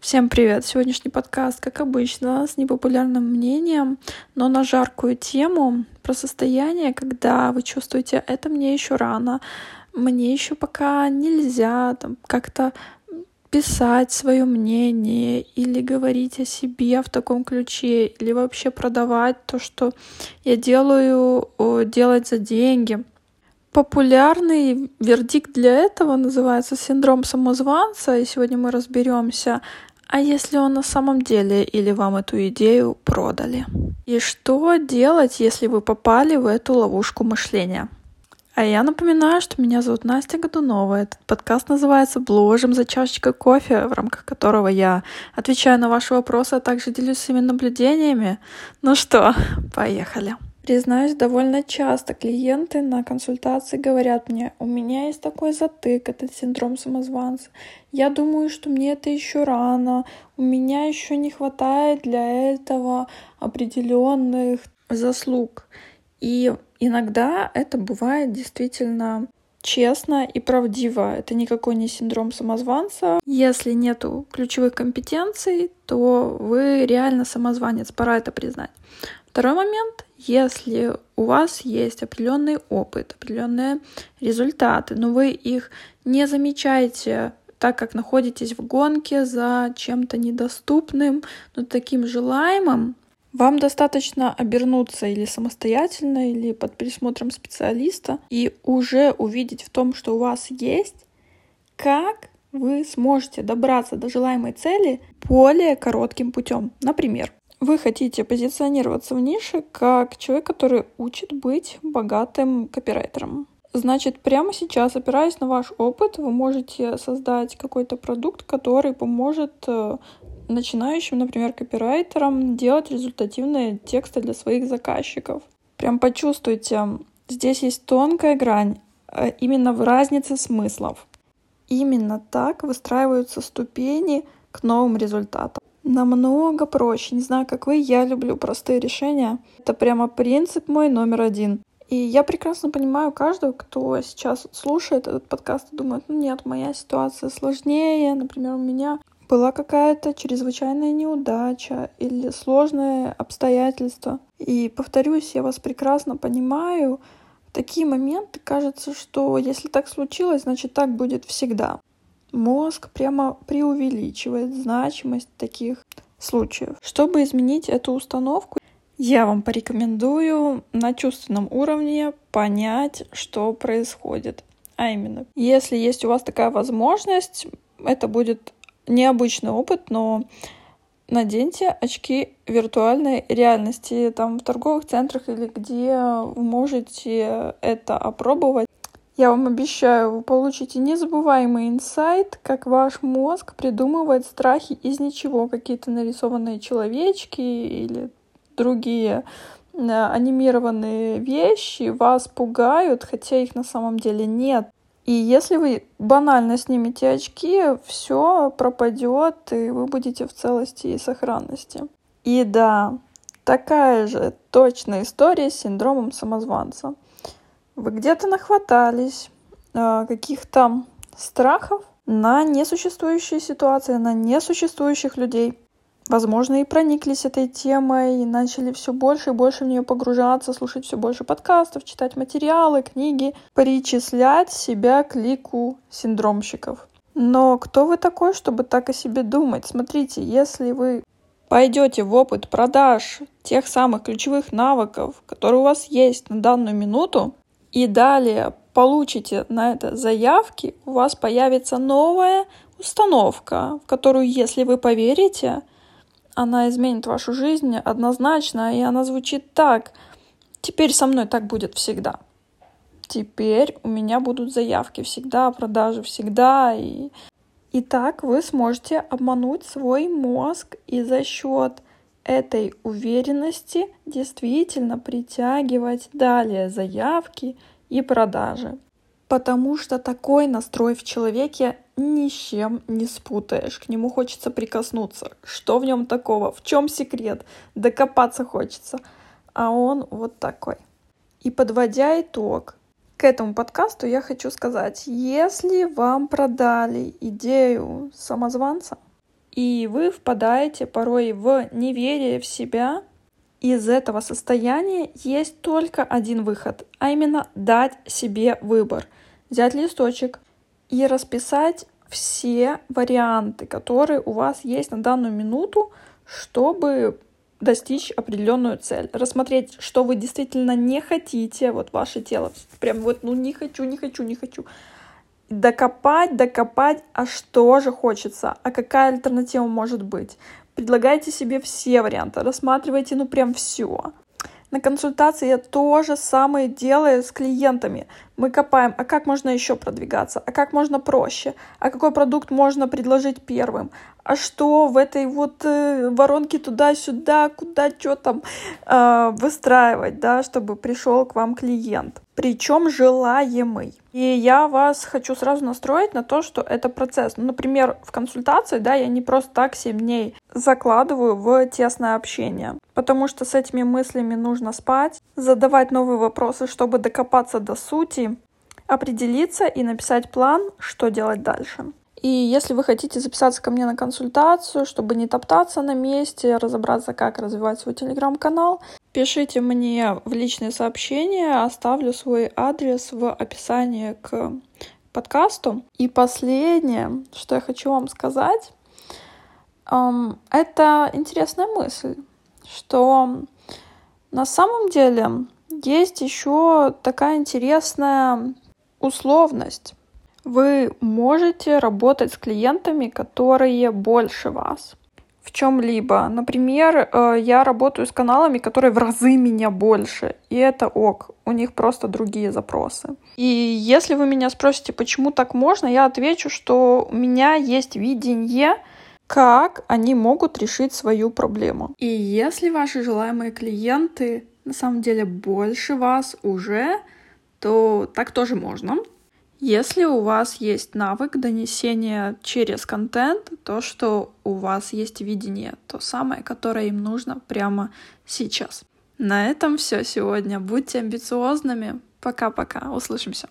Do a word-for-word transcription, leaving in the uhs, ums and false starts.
Всем привет! Сегодняшний подкаст, как обычно, с непопулярным мнением, но на жаркую тему про состояние, когда вы чувствуете, это мне еще рано, мне еще пока нельзя там, как-то писать свое мнение или говорить о себе в таком ключе, или вообще продавать то, что я делаю, делать за деньги. Популярный вердикт для этого называется синдром самозванца, и сегодня мы разберемся, а если он на самом деле или вам эту идею продали? И что делать, если вы попали в эту ловушку мышления? А я напоминаю, что меня зовут Настя Годунова. Этот подкаст называется «Бложим за чашечкой кофе», в рамках которого я отвечаю на ваши вопросы, а также делюсь своими наблюдениями. Ну что, поехали. Признаюсь, довольно часто клиенты на консультации говорят мне: у меня есть такой затык, этот синдром самозванца. Я думаю, что мне это еще рано, у меня еще не хватает для этого определенных заслуг. И иногда это бывает действительно честно и правдиво. Это никакой не синдром самозванца. Если нету ключевых компетенций, то вы реально самозванец, пора это признать. Второй момент. Если у вас есть определенный опыт, определенные результаты, но вы их не замечаете, так как находитесь в гонке за чем-то недоступным, но таким желаемым, вам достаточно обернуться или самостоятельно, или под присмотром специалиста и уже увидеть в том, что у вас есть, как вы сможете добраться до желаемой цели более коротким путем. Например, вы хотите позиционироваться в нише как человек, который учит быть богатым копирайтером. Значит, прямо сейчас, опираясь на ваш опыт, вы можете создать какой-то продукт, который поможет начинающим, например, копирайтерам делать результативные тексты для своих заказчиков. Прям почувствуйте, здесь есть тонкая грань, именно в разнице смыслов. Именно так выстраиваются ступени к новым результатам. Намного проще. Не знаю, как вы, я люблю простые решения. Это прямо принцип мой номер один. И я прекрасно понимаю каждого, кто сейчас слушает этот подкаст и думает: ну нет, моя ситуация сложнее. Например, у меня была какая-то чрезвычайная неудача или сложное обстоятельство. И повторюсь, я вас прекрасно понимаю. В такие моменты кажется, что если так случилось, значит так будет всегда. Мозг прямо преувеличивает значимость таких случаев. Чтобы изменить эту установку, я вам порекомендую на чувственном уровне понять, что происходит. А именно, если есть у вас такая возможность, это будет необычный опыт, но наденьте очки виртуальной реальности там в торговых центрах или где вы можете это опробовать. Я вам обещаю, вы получите незабываемый инсайт, как ваш мозг придумывает страхи из ничего. Какие-то нарисованные человечки или другие анимированные вещи вас пугают, хотя их на самом деле нет. И если вы банально снимете очки, все пропадет, и вы будете в целости и сохранности. И да, такая же точная история с синдромом самозванца. Вы где-то нахватались э, каких-то страхов на несуществующие ситуации, на несуществующих людей. Возможно, и прониклись этой темой, и начали все больше и больше в нее погружаться, слушать все больше подкастов, читать материалы, книги, причислять себя к лику синдромщиков. Но кто вы такой, чтобы так о себе думать? Смотрите, если вы пойдете в опыт продаж тех самых ключевых навыков, которые у вас есть на данную минуту, и далее получите на это заявки, у вас появится новая установка, в которую, если вы поверите, она изменит вашу жизнь однозначно, и она звучит так: теперь со мной так будет всегда. Теперь у меня будут заявки всегда, продажи всегда. И, и так вы сможете обмануть свой мозг и за счет этой уверенности действительно притягивать далее заявки и продажи. Потому что такой настрой в человеке ни с чем не спутаешь. К нему хочется прикоснуться. Что в нем такого? В чем секрет? Докопаться хочется. А он вот такой. И подводя итог к этому подкасту, я хочу сказать: если вам продали идею самозванца, и вы впадаете порой в неверие в себя. Из этого состояния есть только один выход, а именно дать себе выбор. Взять листочек и расписать все варианты, которые у вас есть на данную минуту, чтобы достичь определенную цель. Рассмотреть, что вы действительно не хотите, вот ваше тело, прям вот, ну не хочу, не хочу, не хочу. Докопать, докопать, а что же хочется, а какая альтернатива может быть. Предлагайте себе все варианты, рассматривайте, ну прям все. На консультации я то же самое делаю с клиентами. Мы копаем, а как можно еще продвигаться, а как можно проще, а какой продукт можно предложить первым, а что в этой вот э, воронке туда-сюда, куда что там э, выстраивать, да, чтобы пришел к вам клиент. Причем желаемый. И я вас хочу сразу настроить на то, что это процесс. Ну, например, в консультации, да, я не просто так семь дней закладываю в тесное общение, потому что с этими мыслями нужно спать, задавать новые вопросы, чтобы докопаться до сути, определиться и написать план, что делать дальше. И если вы хотите записаться ко мне на консультацию, чтобы не топтаться на месте, разобраться, как развивать свой телеграм-канал, пишите мне в личные сообщения, оставлю свой адрес в описании к подкасту. И последнее, что я хочу вам сказать, эм, это интересная мысль, что на самом деле есть еще такая интересная условность. Вы можете работать с клиентами, которые больше вас в чем-либо. Например, я работаю с каналами, которые в разы меня больше, и это ок, у них просто другие запросы. И если вы меня спросите, почему так можно, я отвечу, что у меня есть видение, как они могут решить свою проблему. И если ваши желаемые клиенты на самом деле больше вас уже, то так тоже можно. Если у вас есть навык донесения через контент, то, что у вас есть видение, то самое, которое им нужно прямо сейчас. На этом все сегодня. Будьте амбициозными. Пока-пока. Услышимся.